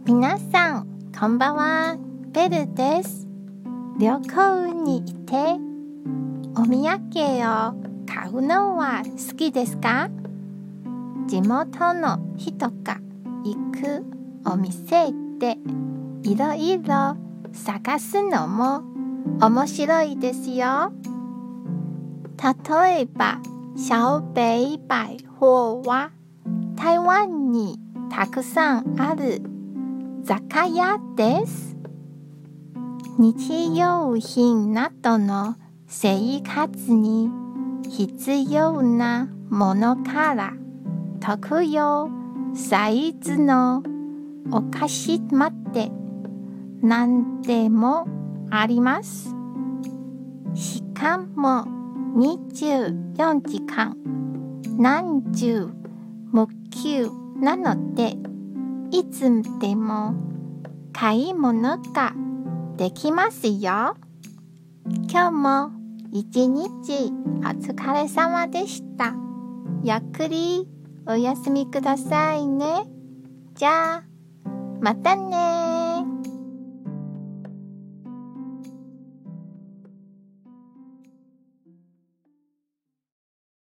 皆さん、こんばんは。ベルです。旅行に行ってお土産を買うのは好きですか？地元の人が行くお店でいろいろ探すのも面白いですよ。例えば、小北百貨は台湾にたくさんある雑貨屋です。日用品などの生活に必要なものから特用サイズのお菓子まで何でもあります。しかも24時間何十無休なのでいつでも買い物ができますよ。今日も一日お疲れ様でした。ゆっくりお休みくださいね。じゃあ、またね。